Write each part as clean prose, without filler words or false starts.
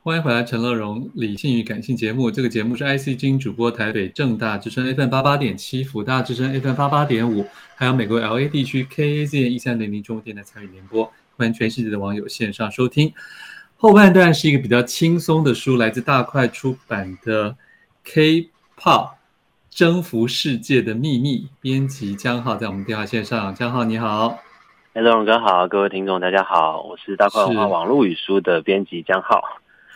欢迎回来，陈乐融理性与感性节目。这个节目是 IC 之音主播，台北正大之声 FM88.7，辅大之声 FM88.5，还有美国 LA 地区 KAZN 1300中文电台参与联播。欢迎全世界的网友线上收听。后半段是一个比较轻松的书，来自大块出版的《K-pop 征服世界的秘密》，编辑江浩在我们电话线上。江浩你好。 乐融哥好，各位听众大家好，我是大块文化网络语书的编辑江浩。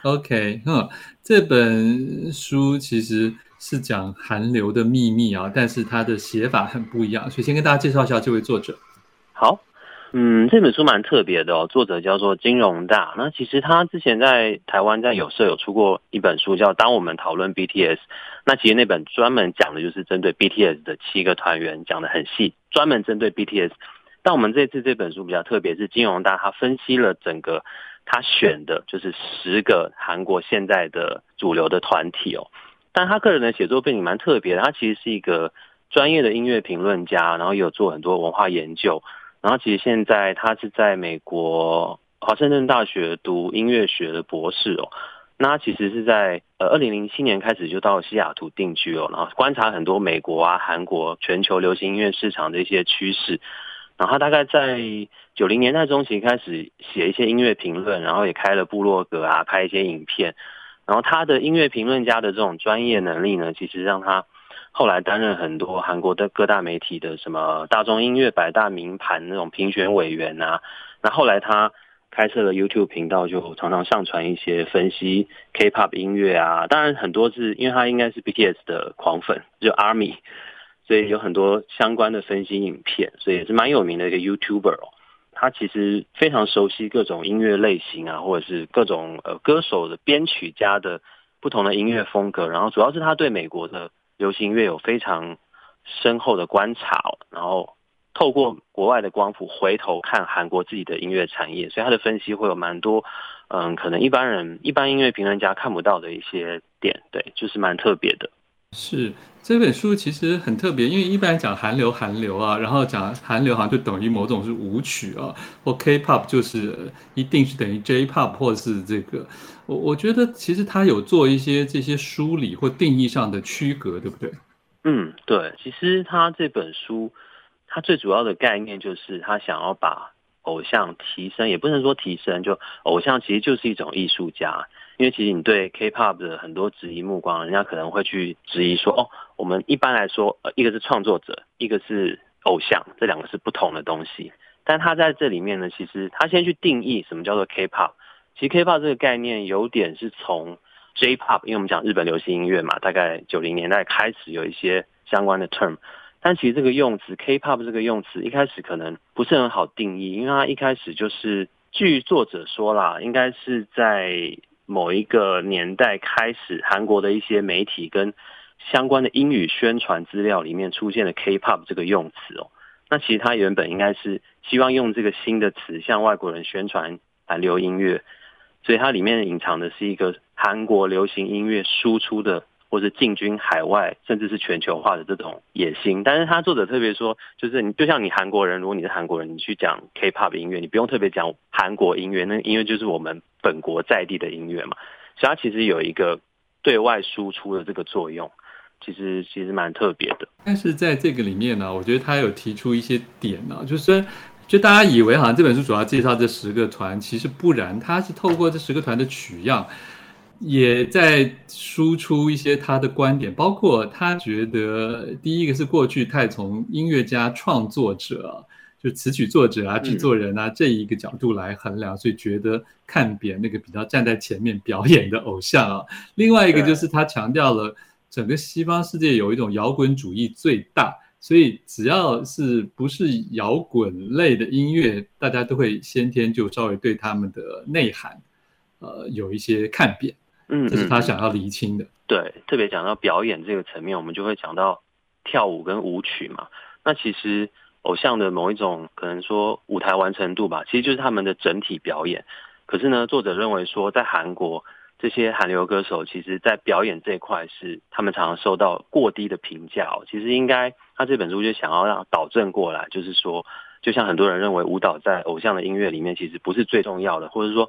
OK，这本书其实是讲韩流的秘密啊，但是它的写法很不一样，所以先跟大家介绍一下这位作者。 好，这本书蛮特别的哦，作者叫做金荣大。那其实他之前在台湾在有社有出过一本书叫《当我们讨论 BTS》，那其实那本专门讲的就是针对 BTS 的7个团员，讲得很细，专门针对 BTS。但我们这次这本书比较特别，是金荣大他分析了整个他选的就是10个韩国现在的主流的团体哦。但他个人的写作背景蛮特别的，他其实是一个专业的音乐评论家，然后也有做很多文化研究。然后其实现在他是在美国华盛顿大学读音乐学的博士哦。那他其实是在2007年开始就到西雅图定居哦，然后观察很多美国啊、韩国全球流行音乐市场的一些趋势。然后他大概在90年代中期开始写一些音乐评论，然后也开了部落格啊，拍一些影片。然后他的音乐评论家的这种专业能力呢，其实让他后来担任很多韩国的各大媒体的什么大众音乐百大名盘那种评选委员啊。那后来他开设了 YouTube 频道，就常常上传一些分析 K-pop 音乐啊。当然很多是因为他应该是 BTS 的狂粉，就 ARMY。所以有很多相关的分析影片，所以也是蛮有名的一个 YouTuber 哦。他其实非常熟悉各种音乐类型啊，或者是各种歌手的编曲家的不同的音乐风格，然后主要是他对美国的流行乐有非常深厚的观察哦，然后透过国外的光谱回头看韩国自己的音乐产业，所以他的分析会有蛮多可能一般音乐评论家看不到的一些点，对，就是蛮特别的。 是这本书其实很特别，因为一般讲韩流啊，然后讲韩流好像就等于某种是舞曲啊，或 K-pop 就是一定是等于 J-pop 或是这个，我觉得其实他有做一些这些梳理或定义上的区隔，对不对？ 对，其实他这本书，他最主要的概念就是他想要把偶像提升，也不能说提升，就偶像其实就是一种艺术家。因为其实你对 K-pop 的很多质疑目光，人家可能会去质疑说，我们一般来说，一个是创作者，一个是偶像，这两个是不同的东西。但他在这里面呢，其实他先去定义什么叫做 K-pop。其实 K-pop 这个概念有点是从J-pop， 因为我们讲日本流行音乐嘛，大概90年代开始有一些相关的 term， 但其实这个用词 K-pop 这个用词一开始可能不是很好定义，因为它一开始就是据作者说啦，应该是在某一个年代开始，韩国的一些媒体跟相关的英语宣传资料里面出现了 K-pop 这个用词哦。那其实它原本应该是希望用这个新的词向外国人宣传韩流音乐，所以它里面隐藏的是一个韩国流行音乐输出的或者进军海外甚至是全球化的这种野心。但是他作者特别说，就是你就像你韩国人，如果你是韩国人，你去讲 K-pop 音乐，你不用特别讲韩国音乐，那音乐就是我们本国在地的音乐嘛，所以它其实有一个对外输出的这个作用，其实蛮特别的。 但是在这个里面呢，我觉得他有提出一些点呢，就是就大家以为好像这本书主要介绍这10个团，其实不然，他是透过这10个团的取样，也在输出一些他的观点，包括他觉得第一个是过去太从音乐家、创作者，就词曲作者啊、制作人啊这一个角度来衡量，所以觉得看扁那个比较站在前面表演的偶像啊。另外一个就是他强调了整个西方世界有一种摇滚主义最大，所以只要是不是摇滚类的音乐，大家都会先天就稍微对他们的内涵有一些看扁。这是他想要厘清的。 对，特别讲到表演这个层面，我们就会讲到跳舞跟舞曲嘛。那其实偶像的某一种可能说舞台完成度吧，其实就是他们的整体表演。可是呢，作者认为说，在韩国这些韩流歌手，其实在表演这一块是他们常常受到过低的评价哦。其实应该他这本书就想要让导正过来，就是说，就像很多人认为舞蹈在偶像的音乐里面其实不是最重要的，或者说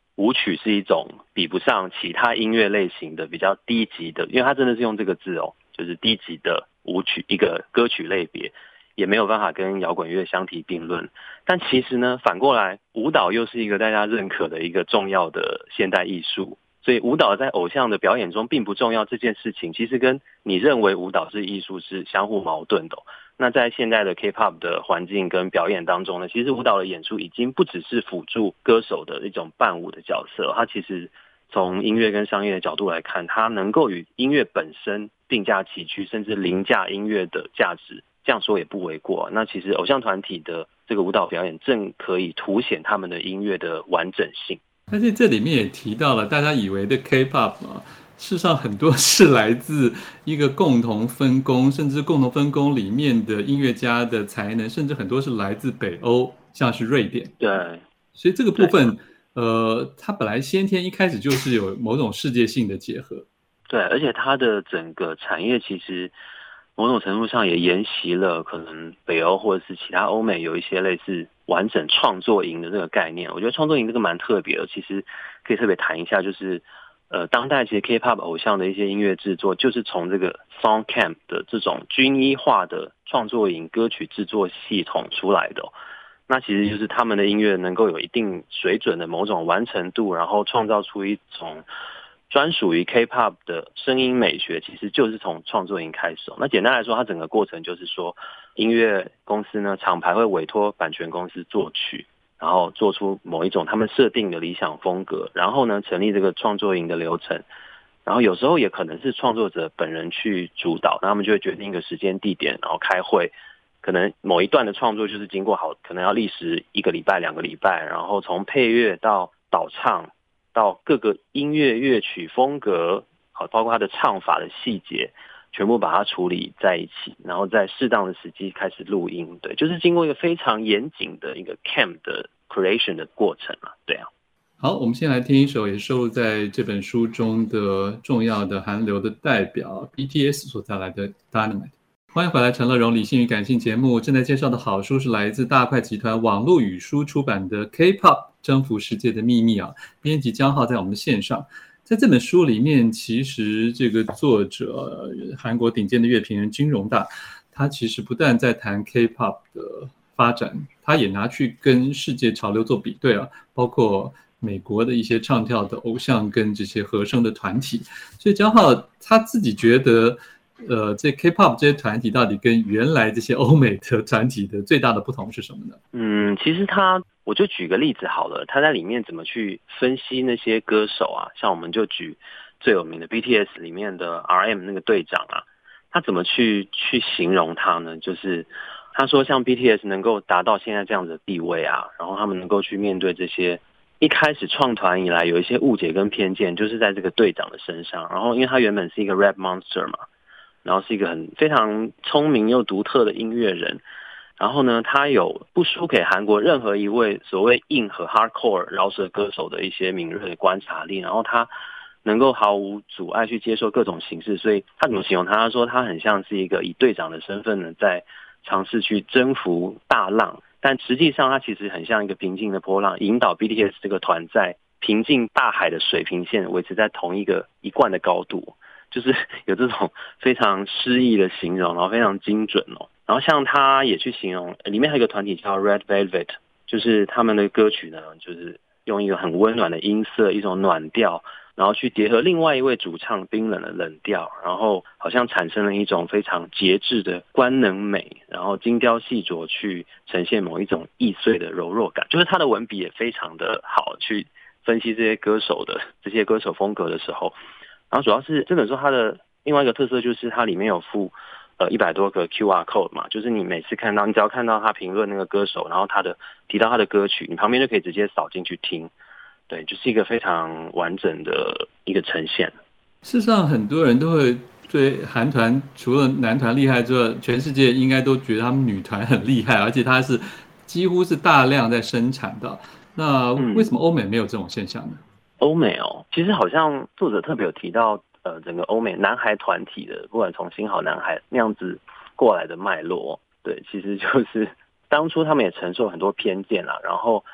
舞曲是一种比不上其他音乐类型的比较低级的，因为它真的是用这个字哦，就是低级的舞曲一个歌曲类别，也没有办法跟摇滚乐相提并论。但其实呢，反过来舞蹈又是一个大家认可的一个重要的现代艺术，所以舞蹈在偶像的表演中并不重要这件事情，其实跟你认为舞蹈是艺术是相互矛盾的。那在现在的 K-pop 的环境跟表演当中呢，其实舞蹈的演出已经不只是辅助歌手的一种伴舞的角色，它其实从音乐跟商业的角度来看，它能够与音乐本身并驾齐驱，甚至凌驾音乐的价值，这样说也不为过。那其实偶像团体的这个舞蹈表演正可以凸显他们的音乐的完整性。 而且这里面也提到了，大家以为的 K-pop 啊，事实上很多是来自一个共同分工，甚至共同分工里面的音乐家的才能，甚至很多是来自北欧，像是瑞典。 对， 所以这个部分，它本来先天一开始就是有某种世界性的结合。 对，而且它的整个产业其实某种程度上也沿袭了可能北欧或者是其他欧美有一些类似完整创作营的这个概念。我觉得创作营这个蛮特别的，其实可以特别谈一下，就是当代其实 K-pop 偶像的一些音乐制作，就是从这个 Song Camp 的这种军医化的创作营歌曲制作系统出来的。那其实就是他们的音乐能够有一定水准的某种完成度，然后创造出一种专属于 K-pop 的声音美学，其实就是从创作营开始。那简单来说，它整个过程就是说，音乐公司呢，厂牌会委托版权公司作曲，然后做出某一种他们设定的理想风格，然后呢，成立这个创作营的流程。然后有时候也可能是创作者本人去主导，那他们就会决定一个时间地点，然后开会。可能某一段的创作就是经过可能要历时1个礼拜、2个礼拜，然后从配乐到导唱，到各个音乐乐曲风格，包括它的唱法的细节，全部把它处理在一起，然后在适当的时机开始录音。对，就是经过一个非常严谨的一个 camp 的 creation 的过程啊。对啊。 好，我们先来听一首也收录在这本书中的重要的韩流的代表 BTS 所带来的 Dynamite。欢迎回来，陈乐融理性与感性节目正在介绍的好书是来自大块集团网络语书出版的 K-pop 征服世界的秘密啊，编辑江浩在我们的线上。在这本书里面，其实这个作者韩国顶尖的乐评人金荣大，他其实不但在谈 K-pop 的发展，他也拿去跟世界潮流做比对啊，包括美国的一些唱跳的偶像跟这些和声的团体。所以江浩他自己觉得这 K-pop 这些团体到底跟原来这些欧美的团体的最大的不同是什么呢？ 其实我就举个例子好了，他在里面怎么去分析那些歌手啊，像我们就举最有名的 BTS 里面的 RM 那个队长啊，他怎么去形容他呢？就是他说像 BTS 能够达到现在这样子的地位啊，然后他们能够去面对这些一开始创团以来有一些误解跟偏见，就是在这个队长的身上。然后因为他原本是一个 rap monster 嘛，然后是一个非常聪明又独特的音乐人，然后呢，他有不输给韩国任何一位所谓硬核 hardcore 饶舌歌手的一些敏锐的观察力，然后他能够毫无阻碍去接受各种形式。所以他怎么形容他？他说他很像是一个以队长的身份呢，在尝试去征服大浪，但实际上他其实很像一个平静的波浪，引导 BTS 这个团在平静大海的水平线维持在同一贯的高度。就是有这种非常诗意的形容，然后非常精准哦。然后像他也去形容，里面还有一个团体叫 Red Velvet， 就是他们的歌曲呢，就是用一个很温暖的音色，一种暖调，然后去结合另外一位主唱冰冷的冷调，然后好像产生了一种非常节制的官能美，然后精雕细琢去呈现某一种易碎的柔弱感。就是他的文笔也非常的好，去分析这些歌手风格的时候。然后主要是这本书它的另外一个特色就是它里面有附100多个 QR code 嘛，就是你每次你只要看到他评论那个歌手，然后提到他的歌曲，你旁边就可以直接扫进去听。对，就是一个非常完整的一个呈现。 事实上，很多人都会对韩团除了男团厉害之外，全世界应该都觉得他们女团很厉害，而且它是几乎是大量在生产的。那为什么欧美没有这种现象呢？ 欧美其实好像作者特别有提到，整个欧美男孩团体的，不管从新好男孩那样子过来的脉络，对，其实就是当初他们也承受很多偏见啦，然后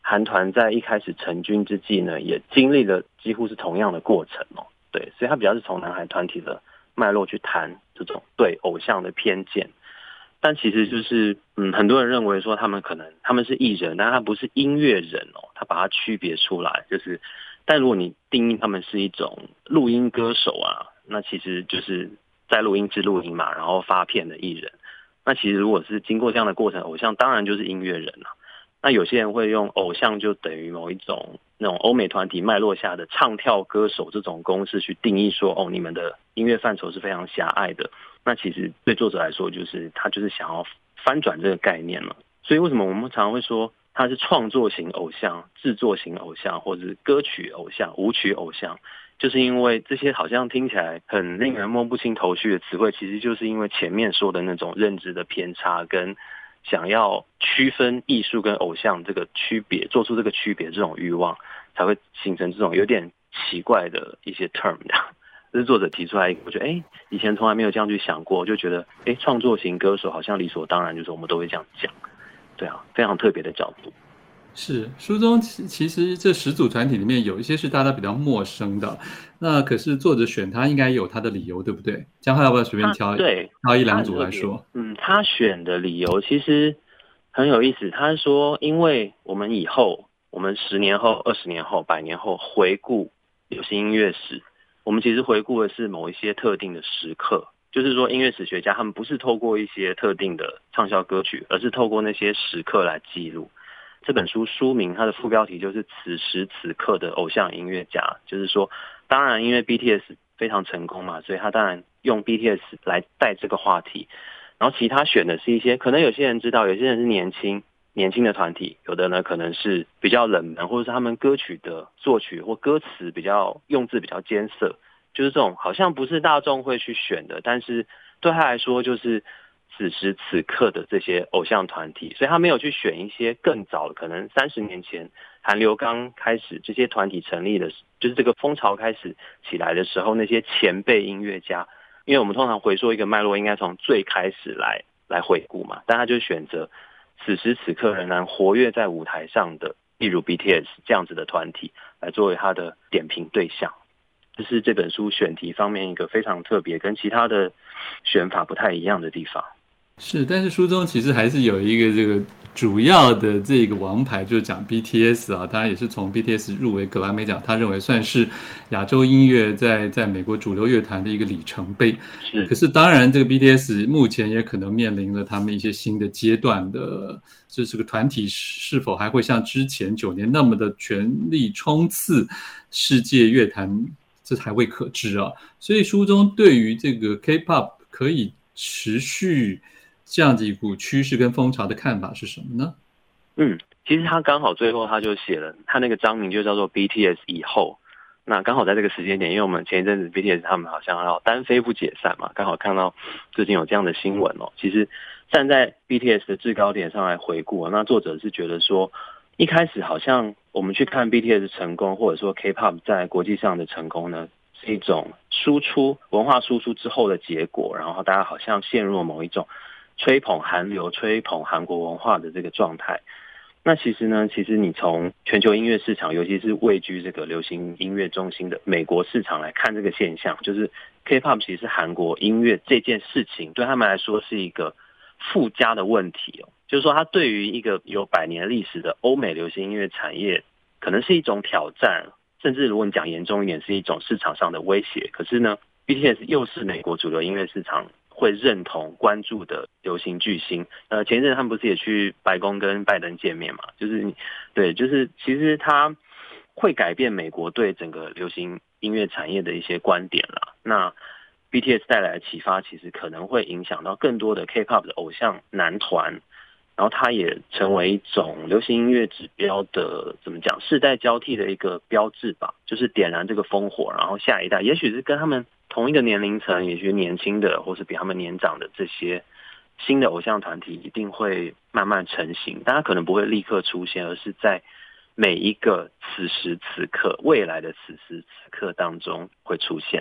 韩团在一开始成军之际呢，也经历了几乎是同样的过程哦。对，所以他比较是从南韩团体的脉络去谈这种对偶像的偏见。但其实就是很多人认为说他们是艺人，但他不是音乐人哦，他把它区别出来。就是但如果你定义他们是一种录音歌手啊，那其实就是在录音室录音嘛，然后发片的艺人。那其实如果是经过这样的过程，偶像当然就是音乐人了。那有些人会用偶像就等于某一种那种欧美团体脉络下的唱跳歌手这种公式去定义说，哦，你们的音乐范畴是非常狭隘的。那其实对作者来说，就是他就是想要翻转这个概念了。所以为什么我们常常会说他是创作型偶像、制作型偶像，或者是歌曲偶像、舞曲偶像，就是因为这些好像听起来很令人摸不清头绪的词汇，其实就是因为前面说的那种认知的偏差跟想要区分艺术跟偶像这个区别，做出这个区别这种欲望，才会形成这种有点奇怪的一些 term 这样。这是作者提出来一个，我觉得以前从来没有这样去想过，就觉得创作型歌手好像理所当然，就是我们都会这样讲。对啊，非常特别的角度。 是书中其实这10组团体里面有一些是大家比较陌生的，那可是作者选他应该有他的理由，对不对？江浩要不要随便挑一两组来说？ 他选的理由其实很有意思。他说，因为我们以后，我们10年后、20年后、100年后回顾流行音乐史，我们其实回顾的是某一些特定的时刻。就是说，音乐史学家他们不是透过一些特定的畅销歌曲，而是透过那些时刻来记录。这本书名它的副标题就是此时此刻的偶像音乐家，就是说当然因为 BTS 非常成功嘛，所以他当然用 BTS 来带这个话题。然后其他选的是一些可能有些人知道，有些人是年轻的团体，有的呢可能是比较冷门，或者是他们歌曲的作曲或歌词比较用字比较艰涩，就是这种好像不是大众会去选的，但是对他来说就是此时此刻的这些偶像团体，所以他没有去选一些更早的，可能30年前韩流刚开始，这些团体成立的，就是这个风潮开始起来的时候，那些前辈音乐家。因为我们通常回溯一个脉络，应该从最开始来回顾嘛，但他就选择此时此刻仍然活跃在舞台上的，例如 BTS 这样子的团体，来作为他的点评对象。这是这本书选题方面一个非常特别，跟其他的选法不太一样的地方。 是，但是书中其实还是有一个这个主要的这个王牌，就是讲 BTS 啊，当然也是从 BTS 入围格莱美奖，他认为算是亚洲音乐在美国主流乐坛的一个里程碑。可是当然，这个 BTS 目前也可能面临了他们一些新的阶段的，这个团体是否还会像之前9年那么的全力冲刺世界乐坛，这还未可知啊。所以书中对于这个 K-pop 可以持续这样的一股趋势跟风潮的看法是什么呢？ 其实他刚好最后他就写了，他那个章名就叫做 BTS 以后。那刚好在这个时间点，因为我们前一阵子 BTS 他们好像要单飞不解散嘛，刚好看到最近有这样的新闻哦。其实站在 BTS 的制高点上来回顾，那作者是觉得说，一开始好像我们去看 BTS 成功，或者说 K-pop 在国际上的成功呢，是一种文化输出之后的结果，然后大家好像陷入了某一种吹捧韩流、吹捧韩国文化的这个状态。那其实你从全球音乐市场，尤其是位居这个流行音乐中心的美国市场来看这个现象，就是 K-pop 其实是韩国音乐这件事情对他们来说是一个附加的问题哦。就是说它对于一个有100年历史的欧美流行音乐产业可能是一种挑战，甚至如果你讲严重一点是一种市场上的威胁。可是呢 BTS 又是美国主流音乐市场会认同关注的流行巨星。前一阵他们不是也去白宫跟拜登见面嘛，就是其实他会改变美国对整个流行音乐产业的一些观点啦。那 BTS 带来的启发其实可能会影响到更多的 K-pop 的偶像男团，然后它也成为一种流行音乐指标的怎么讲世代交替的一个标志吧，就是点燃这个烽火，然后下一代也许是跟他们同一个年龄层，也许年轻的或是比他们年长的这些新的偶像团体一定会慢慢成型，但它可能不会立刻出现，而是在每一个此时此刻未来的此时此刻当中会出现。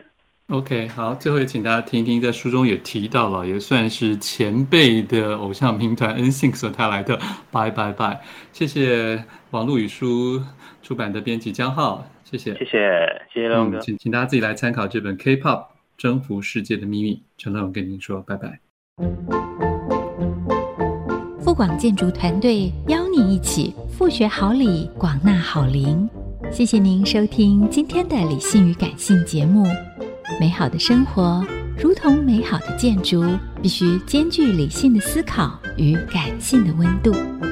OK， 好，最后也请大家听听，在书中也提到了，也算是前辈的偶像兵团 NSYNC 所带来的 Bye Bye Bye。谢谢网络语书出版的编辑江浩，谢谢， 谢谢乐荣哥， 请大家自己来参考这本 K-pop 征服世界的秘密。陈乐荣跟您说拜拜。 富广建筑团队邀你一起复学好礼，广纳好邻。谢谢您收听今天的理性与感性节目。美好的生活如同美好的建筑，必须兼具理性的思考与感性的温度。